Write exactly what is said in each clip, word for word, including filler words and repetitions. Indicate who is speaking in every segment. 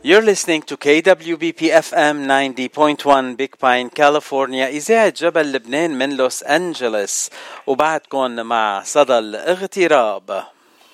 Speaker 1: You're listening to K W B P F M ninety point one Big Pine, California, إذاعة جبل لبنان من لوس أنجلوس. وبعدكم مع صدى الاغتراب.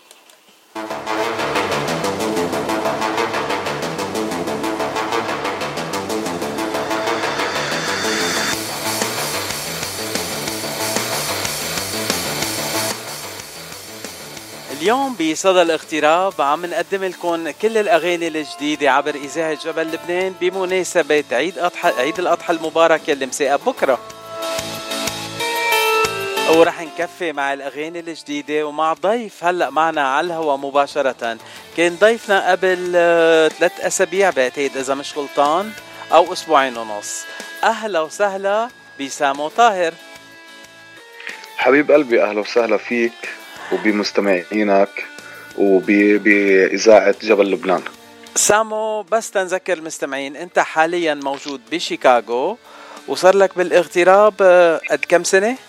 Speaker 1: اليوم بصدى الاغتراب عم نقدم لكم كل الأغاني الجديدة عبر إذاعة جبل لبنان بمناسبة عيد أضحى عيد الأضحى المبارك يلي مساء بكرة. ورح نكفي مع الأغاني الجديدة ومع ضيف هلأ معنا على الهواء مباشرة. كان ضيفنا قبل ثلاث أسابيع بعتقد إذا مش غلطان أو أسبوعين ونص. أهلا وسهلا بسامو طاهر.
Speaker 2: حبيب قلبي أهلا وسهلا فيك وبمستمعينك وبإذاعة جبل لبنان.
Speaker 1: سامو بس تنذكر المستمعين أنت حاليا موجود بشيكاغو وصار لك بالاغتراب قد كم سنة؟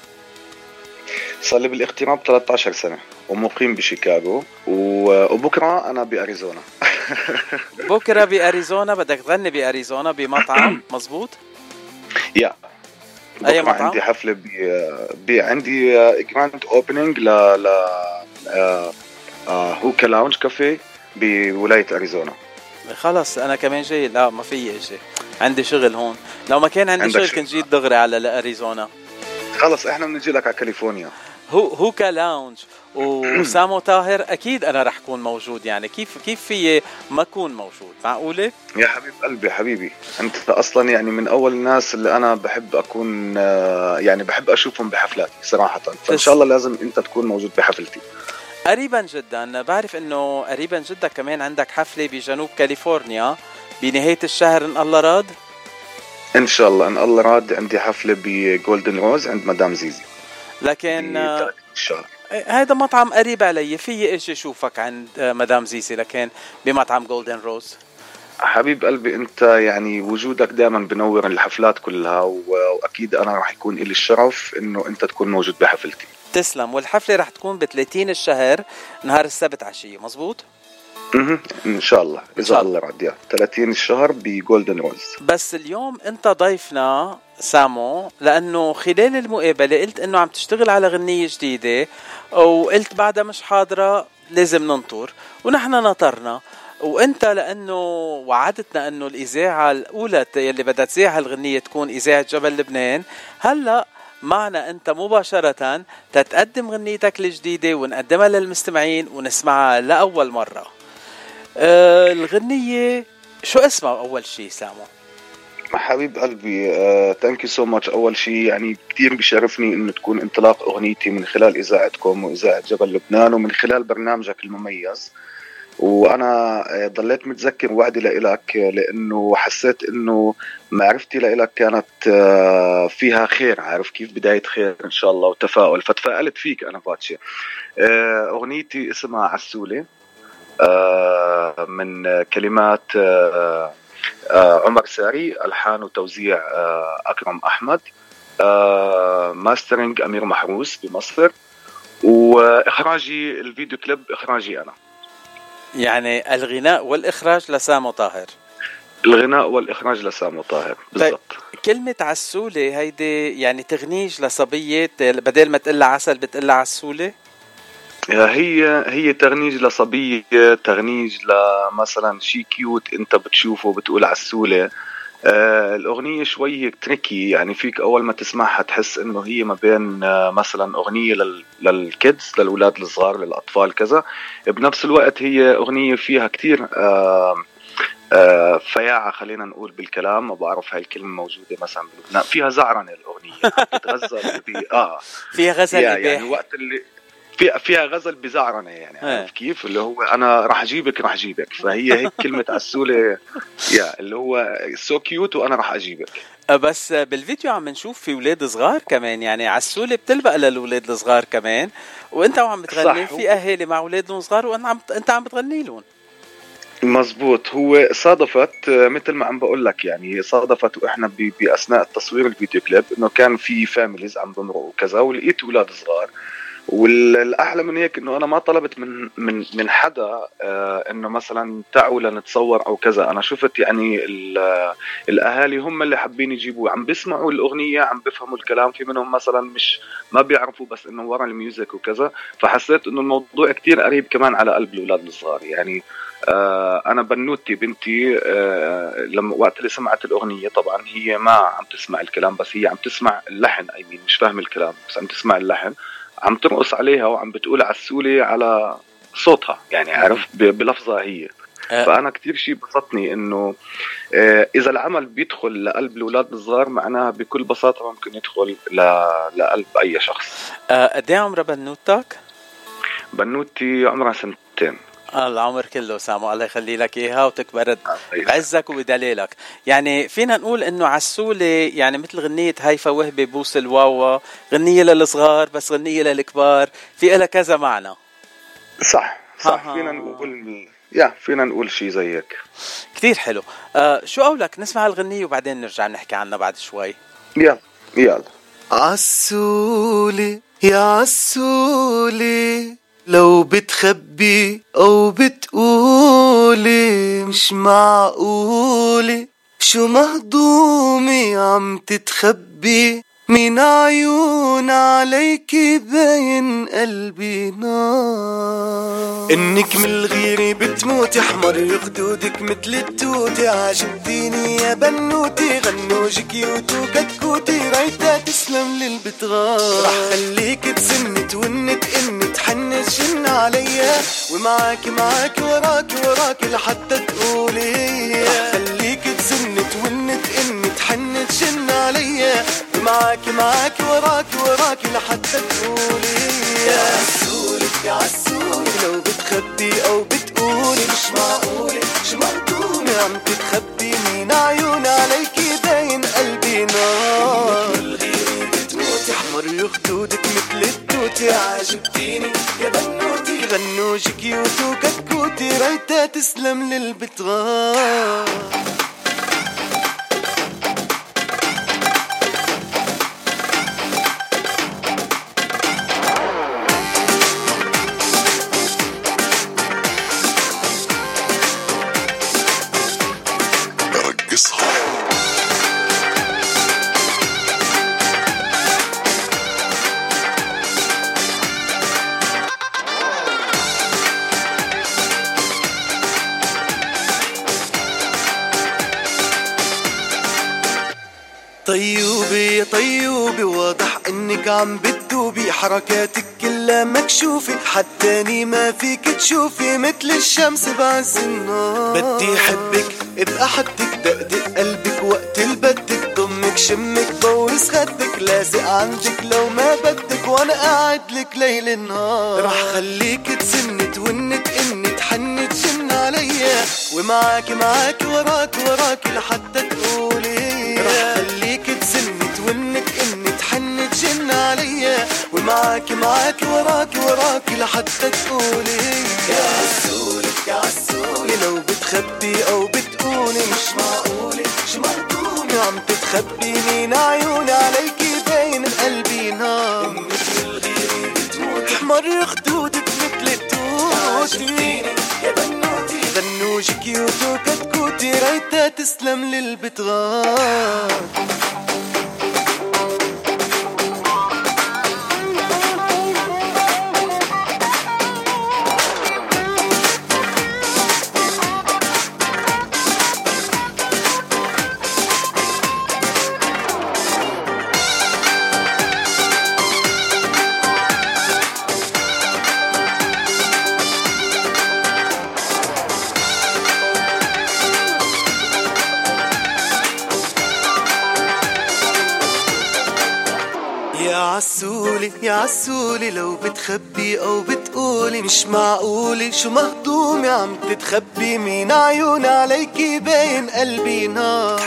Speaker 2: صار لي بالاغتراب ثلاثة عشر سنة ومقيم بشيكاغو وبكرة أنا بأريزونا.
Speaker 1: بكرة بأريزونا بدك تغني بأريزونا بمطعم مزبوط؟
Speaker 2: يا
Speaker 1: أي مطعم؟
Speaker 2: عندي حفلة ب... ب... عندي جراند اوبننج ل ل آه... آه... هوكا لاونج كافيه بولاية أريزونا.
Speaker 1: خلص أنا كمان جاي. لا ما في إشي، عندي شغل هون. لو ما كان عندي شغل كنت جيت دغري على أريزونا.
Speaker 2: خلص إحنا بنجي لك على كاليفورنيا.
Speaker 1: هو هوكا لاونج وسامو طاهر أكيد أنا رح كون موجود. يعني كيف كيف في ما كون موجود؟ معقولة؟
Speaker 2: يا حبيب قلبي حبيبي أنت أصلا يعني من أول الناس اللي أنا بحب أكون يعني بحب أشوفهم بحفلاتي صراحة. فإن شاء الله لازم أنت تكون موجود بحفلتي.
Speaker 1: قريبا جدا. بعرف إنه قريبا جدا كمان عندك حفلة بجنوب كاليفورنيا بنهاية الشهر إن الله راد.
Speaker 2: إن شاء الله إن الله راد عندي حفلة بجولدن روز عند مدام زيزي.
Speaker 1: لكن هذا مطعم قريب علي، في إيش أشوفك عند مدام زيزي لكن بمطعم جولدن روز.
Speaker 2: حبيب قلبي أنت يعني وجودك دائما بنور الحفلات كلها وأكيد أنا راح يكون لي الشرف إنه أنت تكون موجود بحفلتي.
Speaker 1: تسلم. والحفلة راح تكون بثلاثين الشهر نهار السبت عشية مزبوط؟
Speaker 2: اها ان شاء الله اذا الله راد. ثلاثين الشهر بجولدن روز.
Speaker 1: بس اليوم انت ضيفنا سامو لانه خلال المقابله قلت انه عم تشتغل على غنيه جديده وقلت بعدها مش حاضره لازم ننطر، ونحن نطرنا. وانت لانه وعدتنا انه الاذاعه الاولى اللي بدها تذاع الغنيه تكون اذاعه جبل لبنان، هلا معنا أنت مباشرة تتقدم غنيتك الجديدة ونقدمها للمستمعين ونسمعها لأول مرة. أه الغنية شو اسمها أول شيء سامو؟
Speaker 2: حبيب قلبي ثانك يو سو ماتش. أول شيء يعني كتير بيشرفني إنه تكون انطلاق أغنيتي من خلال إذاعتكم وإذاعة جبل لبنان ومن خلال برنامجك المميز. وأنا ضليت متذكر وعدي لإلك لأنه حسيت إنه معرفتي لإلك كانت فيها خير، عارف كيف بداية خير إن شاء الله وتفاؤل، فتفائلت فيك أنا باتشي. أغنيتي اسمها عسولة من كلمات عمر ساري، ألحان وتوزيع أكرم أحمد، ماسترينج أمير محروس بمصر، وإخراجي الفيديو كليب إخراجي أنا.
Speaker 1: يعني الغناء والإخراج لسامو طاهر.
Speaker 2: الغناء والإخراج لسامو طاهر بالضبط.
Speaker 1: كلمة عسولة هيدي يعني تغنيج لصبية بدل ما تقلها عسل بتقلها عسولة؟
Speaker 2: هي هي تغنيج لصبية، تغنيج لمثلا شي كيوت انت بتشوفه بتقول عسولة. آه الأغنية شوي هيك تريكي، يعني فيك أول ما تسمعها تحس إنه هي ما بين آه مثلا أغنية لل للكيدز للأولاد الصغار للأطفال كذا، بنفس الوقت هي أغنية فيها كتير آه آه فياعة خلينا نقول بالكلام، ما بعرف هاي الكلمة موجودة مثلا بلبنان، فيها زعرنة الأغنية بتتغزل آه
Speaker 1: فيها غزل
Speaker 2: يعني, يعني وقت اللي فيها فيها غزل بزعرنة يعني عارف كيف اللي هو أنا راح أجيبك راح أجيبك، فهي هيك كلمة عسولة يا اللي هو سو كيوت وأنا راح أجيبك.
Speaker 1: بس بالفيديو عم نشوف في ولاد صغار كمان، يعني عسولة بتلبق للولاد الصغار كمان، وأنت وعم بتغني في أهالي مع ولادهم صغار وأنت عم أنت عم بتغني لهم.
Speaker 2: مزبوط. هو صادفت مثل ما عم بقول لك يعني صادفت وإحنا بأثناء التصوير الفيديو كليب إنه كان في فاميليز عم بمرقوا كذا ولقيت أولاد صغار، والاحلى من هيك انه انا ما طلبت من من من حدا آه انه مثلا تعوا لنتصور او كذا. انا شفت يعني الاهالي هم اللي حابين يجيبوا، عم بيسمعوا الاغنيه، عم بيفهموا الكلام، في منهم مثلا مش ما بيعرفوا بس انه ورا الميوزك وكذا. فحسيت انه الموضوع كتير قريب كمان على قلب الاولاد الصغار. يعني آه انا بنوتي بنتي آه لما وقت اللي سمعت الاغنيه، طبعا هي ما عم تسمع الكلام بس هي عم تسمع اللحن، اي مين مش فاهم الكلام بس عم تسمع اللحن، عم ترقص عليها وعم بتقول عسولي على صوتها، يعني عارف بلفظها هي. فأنا كتير شيء بسطني إنه إذا العمل بيدخل لقلب الأولاد الصغار معناها بكل بساطة ممكن يدخل لقلب أي شخص.
Speaker 1: قد ايه عمر بنوتك؟
Speaker 2: بنوتي عمرها سنتين.
Speaker 1: العمر كله سامو، الله يخلي لك إياها وتكبر بعزك وبدليلك. يعني فينا نقول إنه عسولة يعني مثل غنية هيفا وهبي بوس الواوا، غنية للصغار بس غنية للكبار، في إلها كذا معنى.
Speaker 2: صح صح ها فينا ها. نقول يا فينا نقول شيء زي هيك.
Speaker 1: كتير حلو. آه شو قولك نسمع الغنية وبعدين نرجع نحكي عنها بعد شوي؟
Speaker 2: يلا يلا.
Speaker 3: عسولة يا عسولة لو بتخبي أو بتقولي مش معقولة شو مهضومي عم تتخبي من عيون عليكي باين قلبي نار. انك من الغيرة بتموتي حمر خدودك مثل التوتي، عجبتيني يا بنوتي غنوجك يوتو كتكوتي رايتا تسلم للبتغار. رح خليك تسن تونت ان تحنس جن عليا ومعاك معاك وراك وراك لحتى تقولي. رح خليك تسن تونت ان تحنس جن عليا معاك معاك وراك وراك لحتى تقولي. يا عسولة يا عسولة لو بتخبي او بتقولي مش معقولة شو مهضومة عم تتخبي من عيون عليكي باين قلبي نار. مثل الغيرة بتموتي حمر خدودك مثل التوتي، عجبتيني يا بنوتي غنوجك يوتو كتكوتي رايتا تسلم للبتغار. طيوبي يا طيوبي واضح انك عم بتدوبي، حركاتك كلها مكشوفة حتاني ما فيك تشوفي مثل الشمس بعز النار. بدي حبك ابقى حدك دقدق قلبك وقت البدك ضمك شمك بوس خدك لازق عندك لو ما بدك وانا قاعد لك ليل نهار. رح خليك تسن تونت اني تحنت جن عليا ومعاك معاك وراك وراك لحتى تقولي. رح خليك تسن تونت اني تحنت جن عليا ومعاك معاك وراك وراك لحتى تقولي. يا عسولة يا عسولة لو بتخبي او بتقولي مش معقولة شو مهضومة عم تتخبي من عيوني عليكي باين قلبي نار. مثل الغيرة بتموت حمر خدودك مثل التوتي، يا بنوتي غنوجك يوتو كتكوتي رايتا تسلم للبتغار. عسولي يا عسولي لو بتخبي او بتقولي مش معقولة شو مهضومة عم تتخبي من عيون عليكي باين قلبي نار.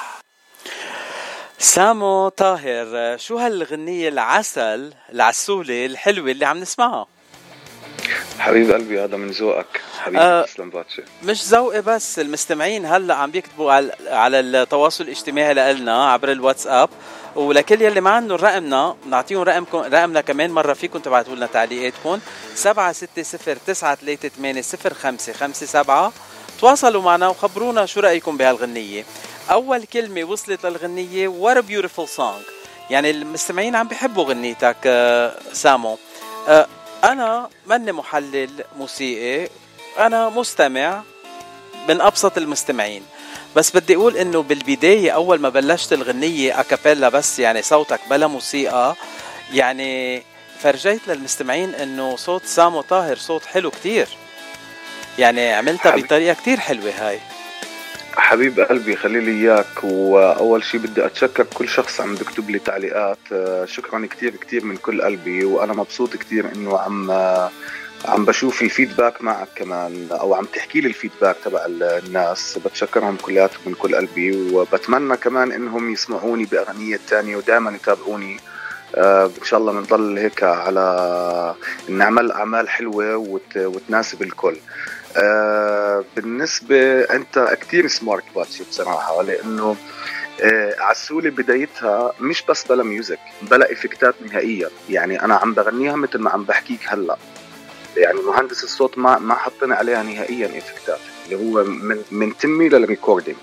Speaker 1: سامو طاهر، شو هالغنية العسل العسولة الحلوة اللي عم نسمعها؟
Speaker 2: حبيب قلبي هذا من ذوقك حبيبي.
Speaker 1: آه
Speaker 2: تسلم باتشي.
Speaker 1: مش ذوقي بس، المستمعين هلا عم بيكتبوا على على التواصل الاجتماعي لنا عبر الواتساب، ولكل يلي ما عنده رقمنا نعطيهم رقمكم رقمنا كمان مرة، فيكم تبعتوا لنا تعليقاتكم سبعة ستة صفر تسعة ثلاثة ثمانية صفر خمسة خمسة سبعة. تواصلوا معنا وخبرونا شو رأيكم بهالغنية. أول كلمة وصلت للغنية What a beautiful song. يعني المستمعين عم بيحبوا غنيتك سامو. أنا ماني محلل موسيقي، أنا مستمع من أبسط المستمعين، بس بدي أقول إنه بالبداية أول ما بلشت الغنية أكابيلا بس يعني صوتك بلا موسيقى، يعني فرجيت للمستمعين إنه صوت سامو طاهر صوت حلو كتير، يعني عملتها حبيب. بطريقة كتير حلوة هاي.
Speaker 2: حبيب قلبي خلي لي إياك. وأول شي بدي أتشكر كل شخص عم بكتب لي تعليقات، شكرا كتير كتير من كل قلبي، وأنا مبسوط كتير إنه عم عم بشوف الفيدباك معك كمان، أو عم تحكي لي الفيدباك تبع الناس. بتشكرهم كلياتهم من كل قلبي، وبتمنى كمان إنهم يسمعوني بأغنية تانية ودائما يتابعوني. آه إن شاء الله بنضل هيك على نعمل أعمال حلوة وت... وتناسب الكل. آه بالنسبة أنت كتير سمارت باتشي بصراحة، لأنه آه عسولة بدايتها مش بس بلا ميوزك بلا إفكتات نهائيا. يعني أنا عم بغنيها مثل ما عم بحكيك هلأ، يعني مهندس الصوت ما ما حطني عليها نهائيا إفكتات، اللي هو من من تمي للريكوردينج.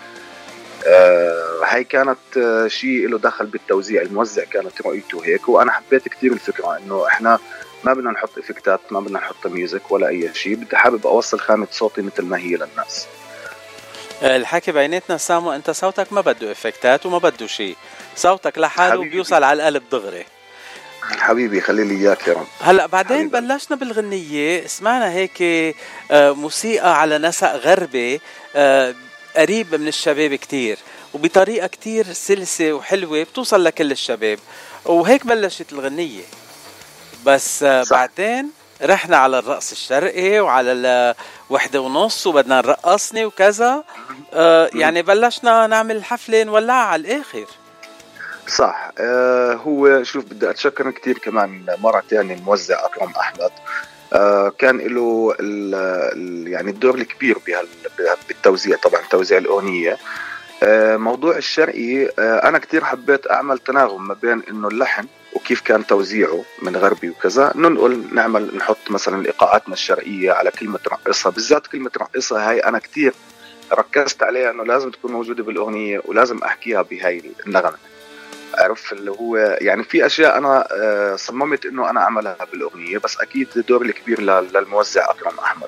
Speaker 2: آه هاي كانت آه شيء له دخل بالتوزيع، الموزع كانت رؤيته هيك، وأنا حبيت كتير الفكرة إنه إحنا ما بدنا نحط إفكتات، ما بدنا نحط ميوزك ولا أي شيء. بدي حابب أوصل خامة صوتي مثل ما هي للناس.
Speaker 1: الحكي بيناتنا سامو، أنت صوتك ما بده إفكتات وما بده شيء، صوتك لحاله بيوصل على القلب دغري.
Speaker 2: حبيبي خلي لي إياك يا رب.
Speaker 1: هلأ بعدين بلشنا بالغنية، سمعنا هيك موسيقى على نسق غربي قريب من الشباب كتير، وبطريقة كتير سلسة وحلوة بتوصل لكل الشباب، وهيك بلشت الغنية. بس صح. بعدين رحنا على الرقص الشرقي وعلى الوحدة ونص وبدنا نرقصني وكذا. آه يعني بلشنا نعمل حفلة نولعها على الآخر.
Speaker 2: صح. آه هو شوف بدي أتشكر كتير كمان مرة تانية الموزع أكرم أحمد. آه كان له يعني الدور الكبير بالتوزيع، طبعا توزيع الأغنية. آه موضوع الشرقي، آه أنا كتير حبيت أعمل تناغم ما بين إنه اللحن وكيف كان توزيعه من غربي وكذا، ننقل نعمل نحط مثلا الإيقاعاتنا الشرقية على كلمة رقصها. بالذات كلمة رقصها هاي أنا كتير ركزت عليها إنه لازم تكون موجودة بالأغنية ولازم أحكيها بهاي النغمة. عرف اللي هو يعني في أشياء أنا صممت إنه أنا أعملها بالأغنية، بس أكيد دور الكبير للموزع أكرم أحمد.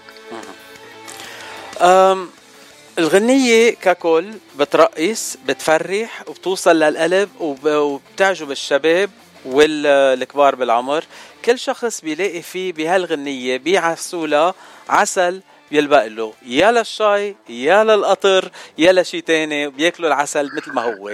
Speaker 1: أم الغنية ككل بترقص بتفرح وبتوصل للقلب وبتعجب الشباب والكبار بالعمر. كل شخص بيلاقي فيه بهالغنية بيعسوله عسل يلبق له، يا للشاي يا للقطر يا لشي تاني، بياكلوا العسل مثل ما هو.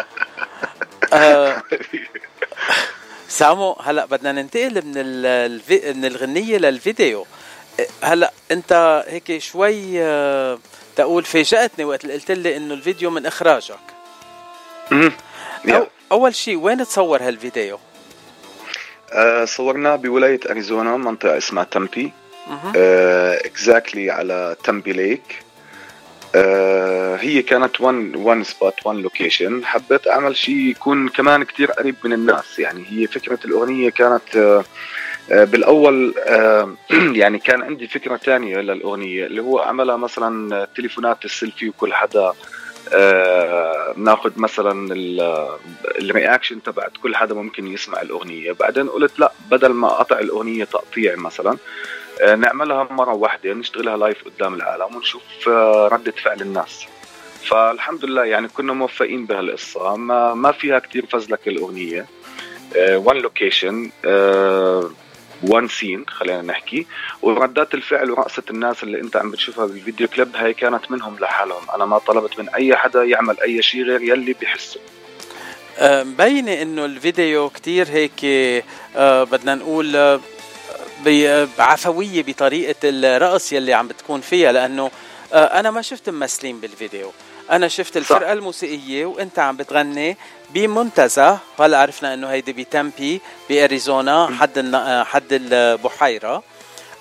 Speaker 1: آه سامو هلأ بدنا ننتقل من, الفي... من الغنية للفيديو. هلأ انت هيك شوي آه تقول فاجأتني وقت اللي قلت لي انه الفيديو من اخراجك. أو... اول شيء وين تصور هالفيديو؟
Speaker 2: آه صورناه بولاية اريزونا، منطقة اسمها تمبي. آه exactly على تمبي ليك. آه هي كانت one one spot one location. حبيت أعمل شيء يكون كمان كتير قريب من الناس. يعني هي فكرة الأغنية كانت آه آه بالأول آه يعني كان عندي فكرة تانية للأغنية، اللي هو أعملها مثلا تليفونات السيلفي وكل حدا آه ناخد مثلا الرياكشن تبعت كل حدا ممكن يسمع الأغنية. بعدين قلت لا، بدل ما أقطع الأغنية تقطيع مثلا نعملها مرة واحدة، نشتغلها لايف قدام العالم ونشوف ردة فعل الناس. فالحمد لله يعني كنا موفقين بهالقصة، ما ما فيها كتير فزلك الأغنية. one location one scene خلينا نحكي، وردات الفعل ورقصة الناس اللي انت عم بتشوفها بالفيديو كليب هاي كانت منهم لحالهم. انا ما طلبت من اي حدا يعمل اي شيء غير يلي بيحسه.
Speaker 1: مبينة انه الفيديو كتير هيك بدنا نقول بعفوية بطريقة الرقص يلي عم بتكون فيها، لأنه أنا ما شفت ممثلين بالفيديو، أنا شفت الفرقة صح. الموسيقية وأنت عم بتغني بمنتزه. هلا عرفنا إنه هيدي بتمبي بأريزونا حد حد البحيرة.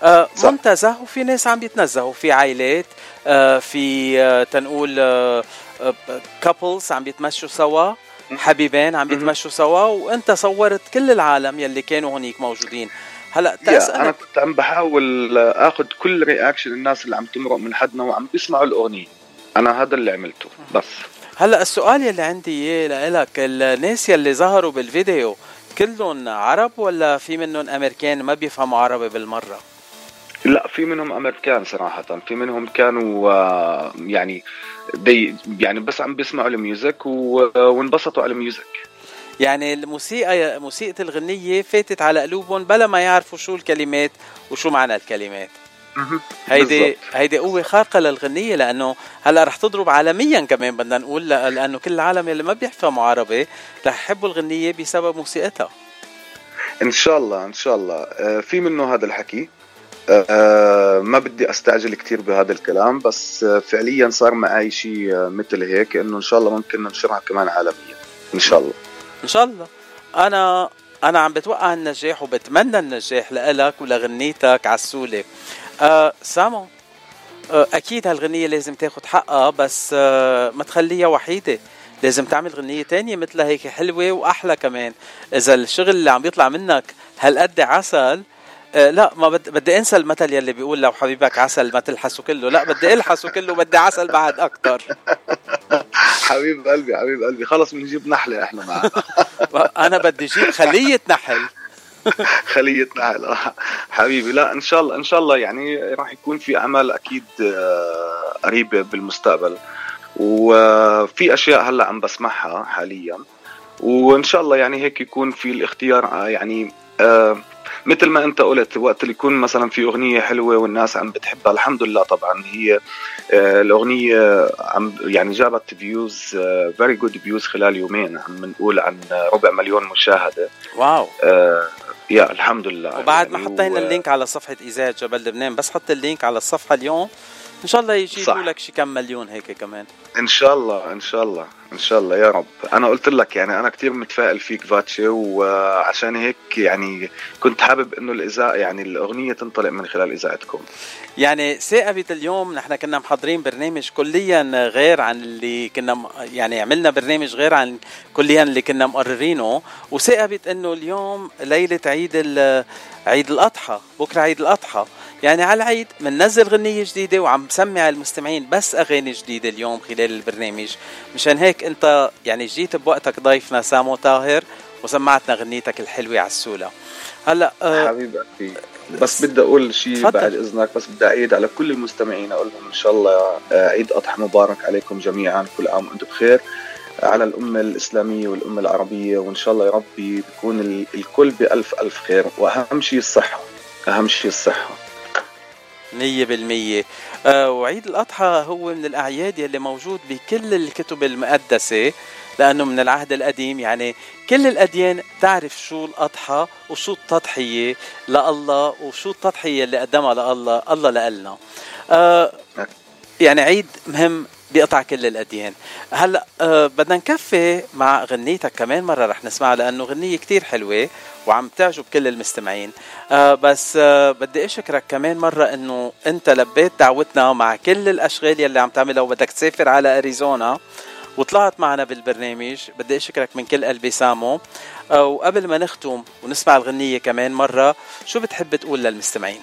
Speaker 1: آه منتزه، وفي ناس عم بيتنزهوا، في عائلات، آه في آه تنقول آه كابلز عم بيتمشوا سوا، حبيبين عم بيتمشوا سوا، وانت صورت كل العالم يلي كانوا هنيك موجودين. هلا
Speaker 2: تسألك انا كنت عم بحاول اخذ كل رياكشن الناس اللي عم تمرق من حدنا وعم بيسمعوا الاغنيه، انا هذا اللي عملته بس.
Speaker 1: هلا السؤال يلي عندي اياه لك، الناس يلي ظهروا بالفيديو كلهم عرب ولا في منهم امريكان ما بيفهموا عربي بالمره؟
Speaker 2: لا، في منهم امريكان صراحه، في منهم كانوا يعني دي يعني بس عم بيسمعوا الميوزك وانبسطوا على الميوزك.
Speaker 1: يعني الموسيقى موسيقى الغنية فاتت على قلوبهم بلا ما يعرفوا شو الكلمات وشو معنى الكلمات. هيدي هيدي قوة خارقة للغنية، لأنه هلا رح تضرب عالميا كمان بدنا نقول، لأنه كل العالم اللي ما بيفهموا عربي رح يحبوا الغنية بسبب موسيقتها.
Speaker 2: إن شاء الله إن شاء الله. في منه هذا الحكي، أه ما بدي استعجل كتير بهذا الكلام، بس فعليا صار معي شيء مثل هيك، انه ان شاء الله ممكن ننشرها كمان عالميا ان شاء الله.
Speaker 1: ان شاء الله. انا انا عم بتوقع النجاح وبتمنى النجاح لإلك ولغنيتك عسولة. أه سامو، أه اكيد هالغنية لازم تاخد حقها، بس أه ما تخليها وحيدة، لازم تعمل غنية تانية مثلها هيك حلوة واحلى كمان. اذا الشغل اللي عم بيطلع منك هالقد عسل، أه لا ما بدي بدي انسى المثل يلي بيقول لو حبيبك عسل ما تلحسه كله، لا بدي الحسه كله، بدي عسل بعد اكتر.
Speaker 2: حبيب قلبي حبيب قلبي، خلص بنجيب نحلة احنا معنا.
Speaker 1: انا بدي اجيب خلية نحل.
Speaker 2: خلية نحل حبيبي. لا ان شاء الله ان شاء الله يعني راح يكون في عمل اكيد قريبة بالمستقبل، وفي اشياء هلا عم بسمعها حاليا، وان شاء الله يعني هيك يكون في الاختيار يعني آه مثل ما انت قلت، وقت اللي يكون مثلا في اغنيه حلوه والناس عم بتحبها الحمد لله. طبعا هي آه الاغنيه عم يعني جابت فيوز فيري جود فيوز خلال يومين، عم بنقول عن ربع مليون مشاهده.
Speaker 1: واو.
Speaker 2: آه يا الحمد لله.
Speaker 1: وبعد
Speaker 2: يعني
Speaker 1: ما حطينا و... اللينك على صفحه اذاعه جبل لبنان، بس حط اللينك على الصفحه اليوم ان شاء الله يجيبوا لك شي كم مليون هيك كمان.
Speaker 2: ان شاء الله ان شاء الله ان شاء الله يا رب. انا قلت لك يعني انا كتير متفائل فيك فاتشي، وعشان هيك يعني كنت حابب انه الاذاعه يعني الاغنيه تنطلق من خلال اذاعتكم.
Speaker 1: يعني ثاقبت اليوم نحن كنا محضرين برنامج كليا غير عن اللي كنا يعني عملنا برنامج غير عن كليا اللي كنا مقررينه، وثاقبت انه اليوم ليله عيد عيد الاضحى، بكره عيد الاضحى، يعني على العيد مننزل غنية جديدة وعم بسمع المستمعين بس أغاني جديدة اليوم خلال البرنامج. مشان هيك أنت يعني جيت بوقتك ضيفنا سامو طاهر وسمعتنا غنيتك الحلوة عسولة. هلأ أه
Speaker 2: حبيب قلبي، بس بدي أقول شيء بعد إذنك، بس بدي أعيد على كل المستمعين أقول لهم إن شاء الله عيد أضحى مبارك عليكم جميعا، كل عام وأنتم بخير، على الأمة الإسلامية والأمة العربية، وإن شاء الله يا ربي بيكون الكل بألف ألف خير، وأهم شيء الصحة، أهم شيء الصحة
Speaker 1: مية بالمية. آه وعيد الأضحى هو من الأعياد يلي موجود بكل الكتب المقدسة، لأنه من العهد القديم، يعني كل الأديان تعرف شو الأضحى وشو التضحية لله وشو التضحية اللي قدمها لله الله لألنا. آه يعني عيد مهم بيقطع كل الأديان. هلأ أه بدنا نكفي مع غنيتك كمان مرة رح نسمعها، لأنه غنية كتير حلوة وعم تعجب كل المستمعين. أه بس أه بدي أشكرك كمان مرة أنه أنت لبيت دعوتنا مع كل الأشغال يلي عم تعملها وبدك تسافر على أريزونا وطلعت معنا بالبرنامج. بدي أشكرك من كل قلبي سامو. أه وقبل ما نختم ونسمع الغنية كمان مرة، شو بتحب تقول للمستمعين؟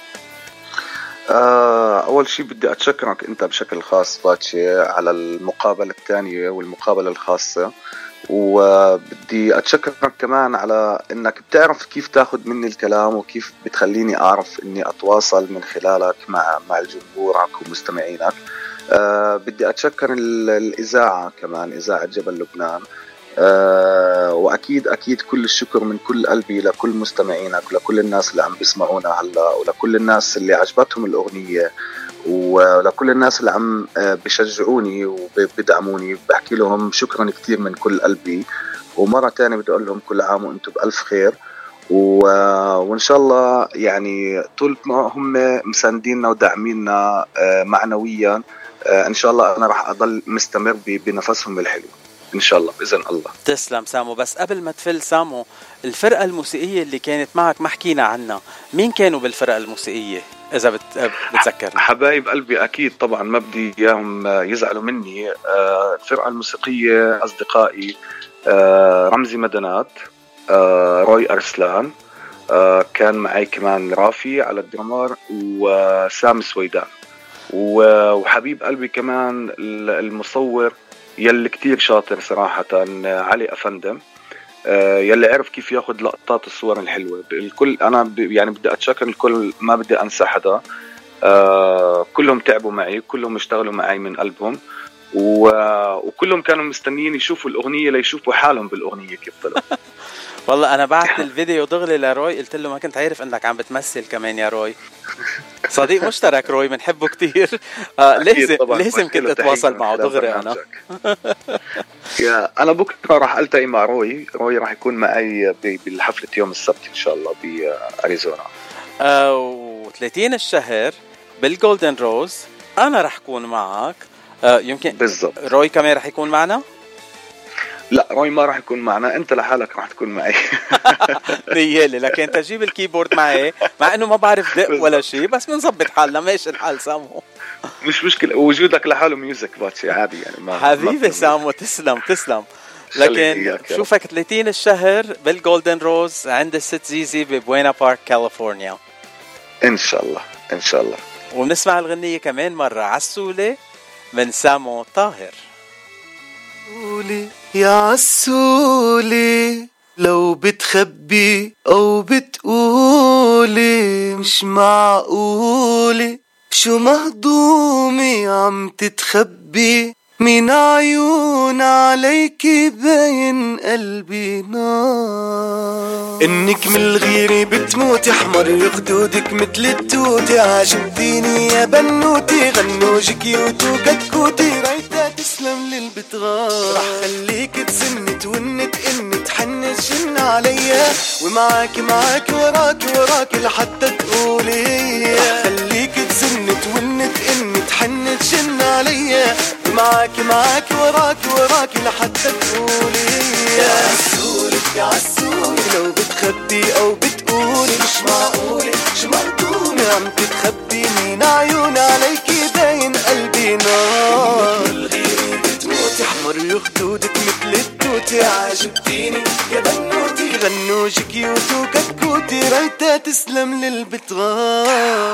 Speaker 2: أول شيء بدي أتشكرك أنت بشكل خاص فاتشي على المقابلة الثانية والمقابلة الخاصة، وبدي أتشكرك كمان على أنك بتعرف كيف تاخد مني الكلام وكيف بتخليني أعرف أني أتواصل من خلالك مع مع جمهورك ومستمعينك. أه بدي أتشكر الإذاعة كمان، إذاعة جبل لبنان، أه وأكيد أكيد كل الشكر من كل قلبي لكل مستمعينك ولكل الناس اللي عم بيسمعونا هلا، ولكل الناس اللي عجبتهم الأغنية، ولكل الناس اللي عم بيشجعوني وبيدعموني. بحكي لهم شكرا كتير من كل قلبي، ومرة تانية بدي أقول لهم كل عام وأنتم بألف خير، وإن شاء الله يعني طول ما هم مسانديننا وداعميننا معنويا إن شاء الله أنا رح أضل مستمر بنفسهم الحلو. إن شاء الله بإذن الله.
Speaker 1: تسلم سامو. بس قبل ما تفل سامو، الفرقة الموسيقية اللي كانت معك ما حكينا عنها، مين كانوا بالفرقة الموسيقية إذا بت... بتذكرني؟
Speaker 2: حبايب قلبي أكيد طبعا ما بدي إياهم يزعلوا مني. الفرقة الموسيقية أصدقائي رمزي مدنات، روي أرسلان، كان معي كمان رافي على الدرامر، وسام سويدان، وحبيب قلبي كمان المصور يلي كتير شاطر صراحة علي أفندم، يلي عرف كيف ياخد لقطات الصور الحلوة. الكل أنا يعني بدي أتشكر الكل، ما بدي أنسى حدا. كلهم تعبوا معي، كلهم اشتغلوا معي من قلبهم، وكلهم كانوا مستنيين يشوفوا الأغنية ليشوفوا حالهم بالأغنية كيف طلع.
Speaker 1: والله أنا بعت الفيديو دغلي لروي، قلت له ما كنت عارف أنك عم بتمثل كمان يا روي. صديق مشترك روي، بنحبه كتير. آه لازم لازم كنت أتواصل معه دغري أنا.
Speaker 2: يا أنا بكرة راح ألتقي مع روي. روي راح يكون معي بالحفلة يوم السبت إن شاء الله بأريزونا.
Speaker 1: آه وثلاثين الشهر بالجولدن روز أنا راح أكون معك. آه يمكن
Speaker 2: بالضبط.
Speaker 1: روي كمان راح يكون معنا؟
Speaker 2: لا روي ما راح يكون معنا، انت لحالك راح تكون معي.
Speaker 1: نيالي لكن تجيب الكيبورد معي، مع انه ما بعرف دق ولا شيء، بس بنظبط حالنا. ماشي الحال سامو،
Speaker 2: مش مشكلة، وجودك لحاله ميوزك باتشي عادي يعني. ما
Speaker 1: حبيبي ما سامو، تسلم تسلم. لكن شوفك ثلاثين الشهر بالجولدن روز عند الست زيزي ببوينا بارك كاليفورنيا
Speaker 2: ان شاء الله ان شاء الله.
Speaker 1: وبنسمع الغنية كمان مرة، عسولة من سامو طاهر.
Speaker 3: عسولي يا عسولي لو بتخبي أو بتقولي مش معقولي شو مهضومي عم تتخبي من عيون عليكي باين قلبي نار. انك من الغيرة بتموتي حمر خدودك مثل التوتي، عجبتيني يا بنوتي غنوجك يوتو كتكوتي رايتا تسلم للبتغار. رح خليك تسن تونت ان تحن جن عليا ومعاك معاك وراك وراك لحتى تقولي. رح خليك تسن تونت ان تحن جن عليا معاك معاك وراك وراك لحتى تقولي. يا عسولي يا عسولي لو بتخبي او بتقولي مش معقولي شو مهضومي عم تتخبي من عيون عليكي باين قلبي نار. الغيري بتموتي حمر خدودك مثل التوتي، عجبتيني يا بنوتي غنوجك يوتو كتكوتي رايتا تسلم للبتغار.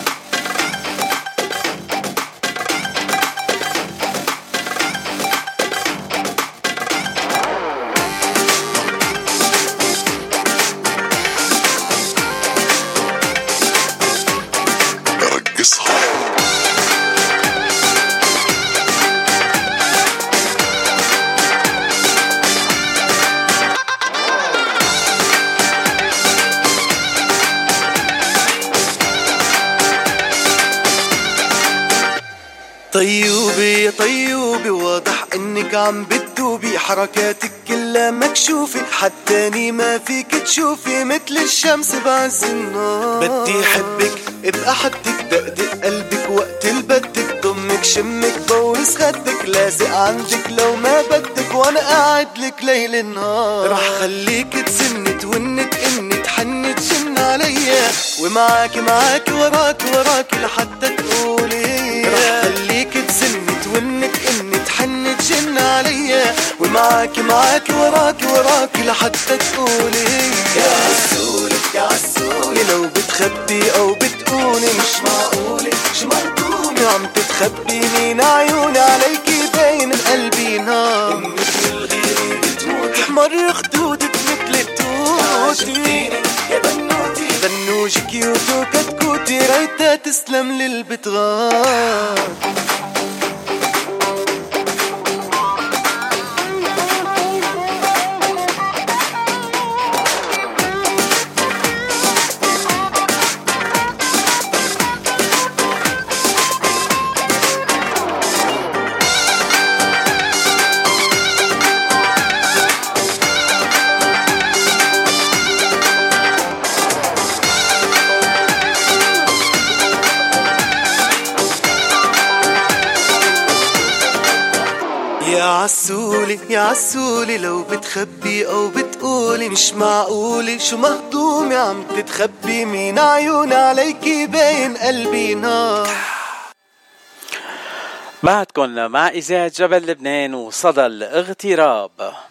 Speaker 3: طيوبي يا طيوبي واضح انك عم بتدوبي، حركاتك كلها مكشوفة حتاني ما فيك تشوفي مثل الشمس بعز النار. بدي حبك ابقى حدك دقدق قلبك وقت البدك، ضمك شمك بوس خدك لازق عندك لو ما بدك وانا قاعد لك ليل نهار. رح خليك تسن تونت ان تحنت جن عليا ومعاك معاك وراك وراك لحتى تقولي. رح خليك تسن تونت ان تحنت جن عليا ومعاك معاك وراك وراك لحتى تقولي. يا عسولي يا عسولي لو بتخبي او بتقولي مش معقولي شو مهضومي عم تتخبي من عيوني عليكي باين قلبي نار. مثل الغيري بتموتي حمر خدودك مثل التوتي، يا بنوتي غنوجك يوتو كتكوتي رايتا تسلم للبتغار. عسولي يا عسولي لو بتخبي او بتقولي مش معقولي شو مهضومي عم تتخبي من عيوني عليكي باين قلبي نار.
Speaker 1: بعدكن مع إذاعة جبل لبنان وصدى الاغتراب.